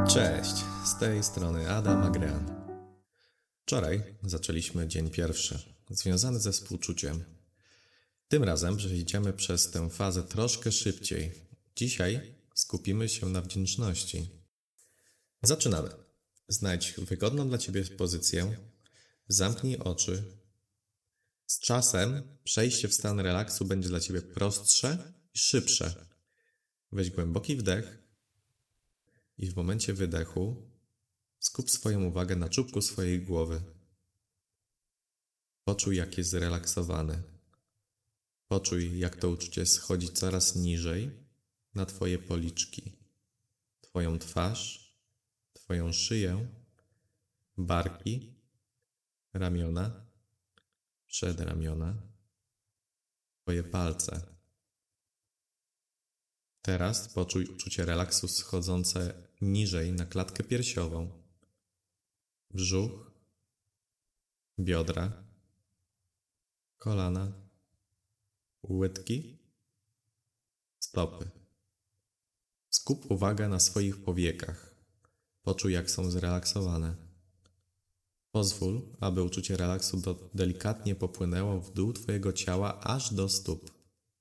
Cześć, z tej strony Adam Agrean. Wczoraj zaczęliśmy dzień pierwszy, związany ze współczuciem. Tym razem przejdziemy przez tę fazę troszkę szybciej. Dzisiaj skupimy się na wdzięczności. Zaczynamy. Znajdź wygodną dla Ciebie pozycję, zamknij oczy. Z czasem przejście w stan relaksu będzie dla Ciebie prostsze i szybsze. Weź głęboki wdech i w momencie wydechu skup swoją uwagę na czubku swojej głowy. Poczuj, jak jest zrelaksowany. Poczuj, jak to uczucie schodzi coraz niżej na Twoje policzki, Twoją twarz, Twoją szyję, barki, ramiona, przedramiona, Twoje palce. Teraz poczuj uczucie relaksu schodzące niżej na klatkę piersiową, brzuch, biodra, kolana, łydki, stopy. Skup uwagę na swoich powiekach. Poczuj, jak są zrelaksowane. Pozwól, aby uczucie relaksu delikatnie popłynęło w dół Twojego ciała aż do stóp.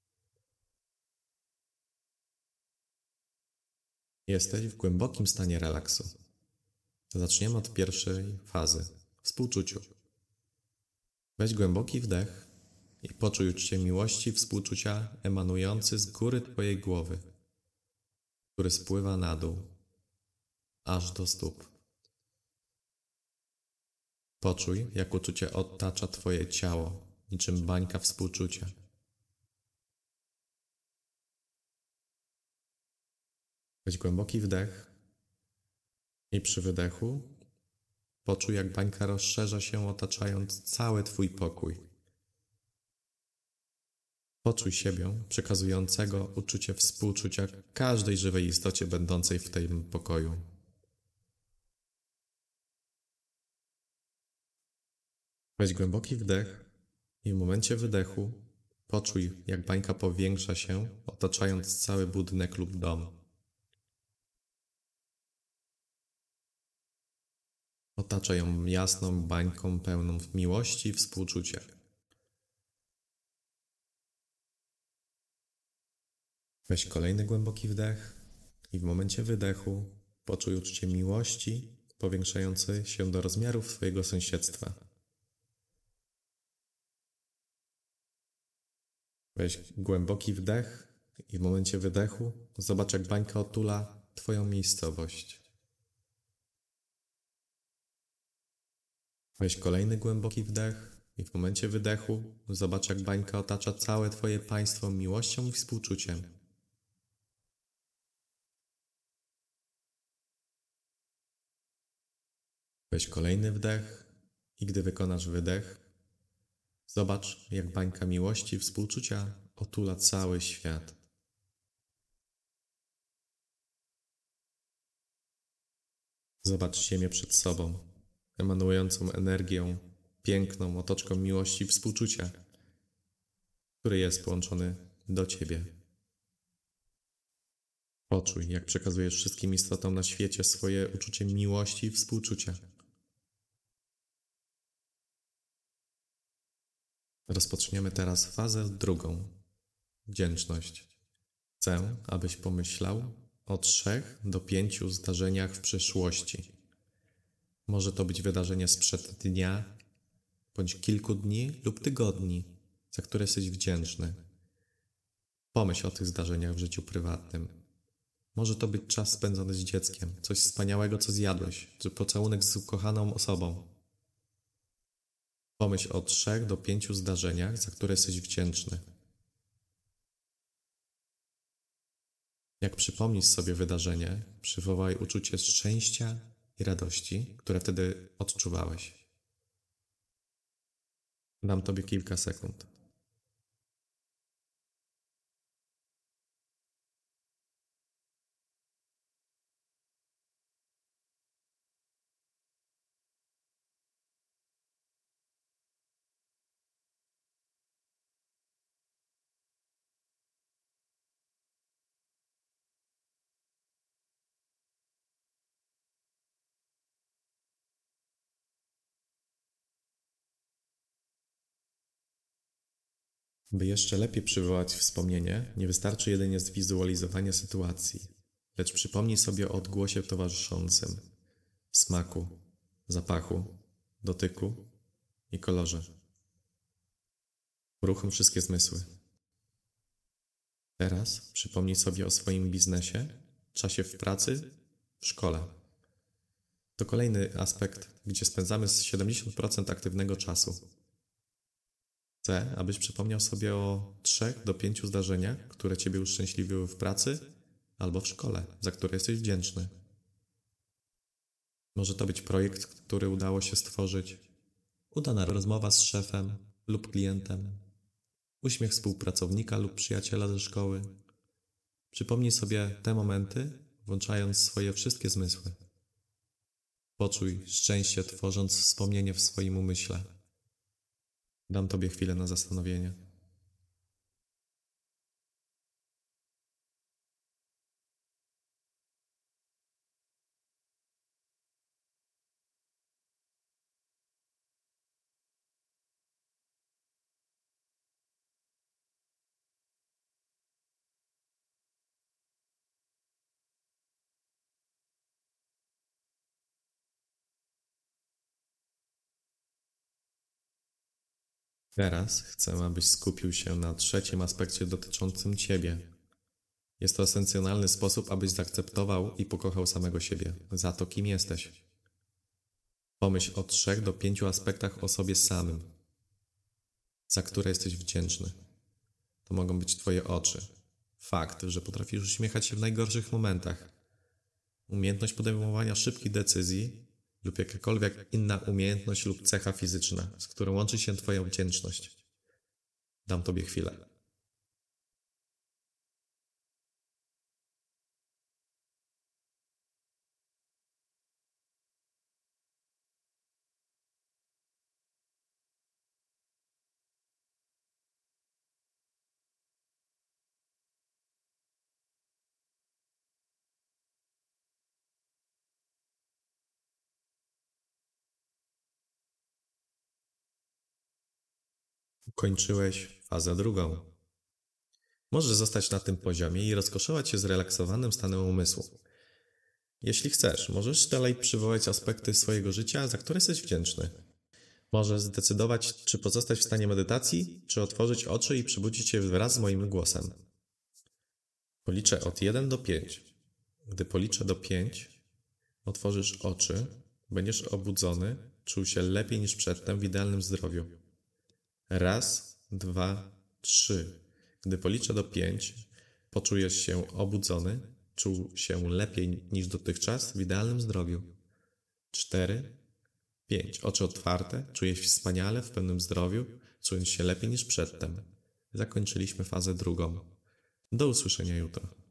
Jesteś w głębokim stanie relaksu. Zaczniemy od pierwszej fazy – współczuciu. Weź głęboki wdech i poczuj uczucie miłości, współczucia emanujący z góry Twojej głowy, który spływa na dół, aż do stóp. Poczuj, jak uczucie otacza Twoje ciało, niczym bańka współczucia. Weź głęboki wdech i przy wydechu poczuj, jak bańka rozszerza się, otaczając cały Twój pokój. Poczuj siebie przekazującego uczucie współczucia każdej żywej istocie będącej w tym pokoju. Weź głęboki wdech i w momencie wydechu poczuj, jak bańka powiększa się, otaczając cały budynek lub dom. Otacza ją jasną bańką pełną miłości i współczucia. Weź kolejny głęboki wdech i w momencie wydechu poczuj uczucie miłości powiększające się do rozmiarów Twojego sąsiedztwa. Weź głęboki wdech i w momencie wydechu zobacz, jak bańka otula Twoją miejscowość. Weź kolejny głęboki wdech i w momencie wydechu zobacz, jak bańka otacza całe Twoje państwo miłością i współczuciem. Weź kolejny wdech i gdy wykonasz wydech, zobacz, jak bańka miłości i współczucia otula cały świat. Zobacz Ziemię przed sobą, emanującą energią, piękną otoczką miłości i współczucia, który jest połączony do Ciebie. Poczuj, jak przekazujesz wszystkim istotom na świecie swoje uczucie miłości i współczucia. Rozpoczniemy teraz fazę drugą. Wdzięczność. Chcę, abyś pomyślał o 3 do 5 zdarzeniach w przyszłości. Może to być wydarzenie sprzed dnia, bądź kilku dni lub tygodni, za które jesteś wdzięczny. Pomyśl o tych zdarzeniach w życiu prywatnym. Może to być czas spędzony z dzieckiem, coś wspaniałego, co zjadłeś, czy pocałunek z ukochaną osobą. Pomyśl o 3 do 5 zdarzeniach, za które jesteś wdzięczny. Jak przypomnisz sobie wydarzenie, przywołaj uczucie szczęścia i radości, które wtedy odczuwałeś. Dam Tobie kilka sekund. By jeszcze lepiej przywołać wspomnienie, nie wystarczy jedynie zwizualizowanie sytuacji, lecz przypomnij sobie o odgłosie towarzyszącym, smaku, zapachu, dotyku i kolorze. Uruchom wszystkie zmysły. Teraz przypomnij sobie o swoim biznesie, czasie w pracy, w szkole. To kolejny aspekt, gdzie spędzamy 70% aktywnego czasu. Chcę, abyś przypomniał sobie o 3 do 5 zdarzeniach, które Ciebie uszczęśliwiły w pracy albo w szkole, za które jesteś wdzięczny. Może to być projekt, który udało się stworzyć, udana rozmowa z szefem lub klientem, uśmiech współpracownika lub przyjaciela ze szkoły. Przypomnij sobie te momenty, włączając swoje wszystkie zmysły. Poczuj szczęście, tworząc wspomnienie w swoim umyśle. Dam Tobie chwilę na zastanowienie. Teraz chcę, abyś skupił się na trzecim aspekcie dotyczącym Ciebie. Jest to esencjonalny sposób, abyś zaakceptował i pokochał samego siebie, za to, kim jesteś. Pomyśl o 3 do 5 aspektach o sobie samym, za które jesteś wdzięczny. To mogą być Twoje oczy, fakt, że potrafisz uśmiechać się w najgorszych momentach, umiejętność podejmowania szybkich decyzji lub jakakolwiek inna umiejętność lub cecha fizyczna, z którą łączy się Twoja wdzięczność. Dam Tobie chwilę. Ukończyłeś fazę drugą. Możesz zostać na tym poziomie i rozkoszować się zrelaksowanym stanem umysłu. Jeśli chcesz, możesz dalej przywołać aspekty swojego życia, za które jesteś wdzięczny. Możesz zdecydować, czy pozostać w stanie medytacji, czy otworzyć oczy i przebudzić się wraz z moim głosem. Policzę od 1 do 5. Gdy policzę do 5, otworzysz oczy, będziesz obudzony, czuł się lepiej niż przedtem w idealnym zdrowiu. 1, 2, 3. Gdy policzę do 5, poczujesz się obudzony, czuł się lepiej niż dotychczas w idealnym zdrowiu. 4, 5. Oczy otwarte, czujesz się wspaniale, w pełnym zdrowiu, czując się lepiej niż przedtem. Zakończyliśmy fazę drugą. Do usłyszenia jutro.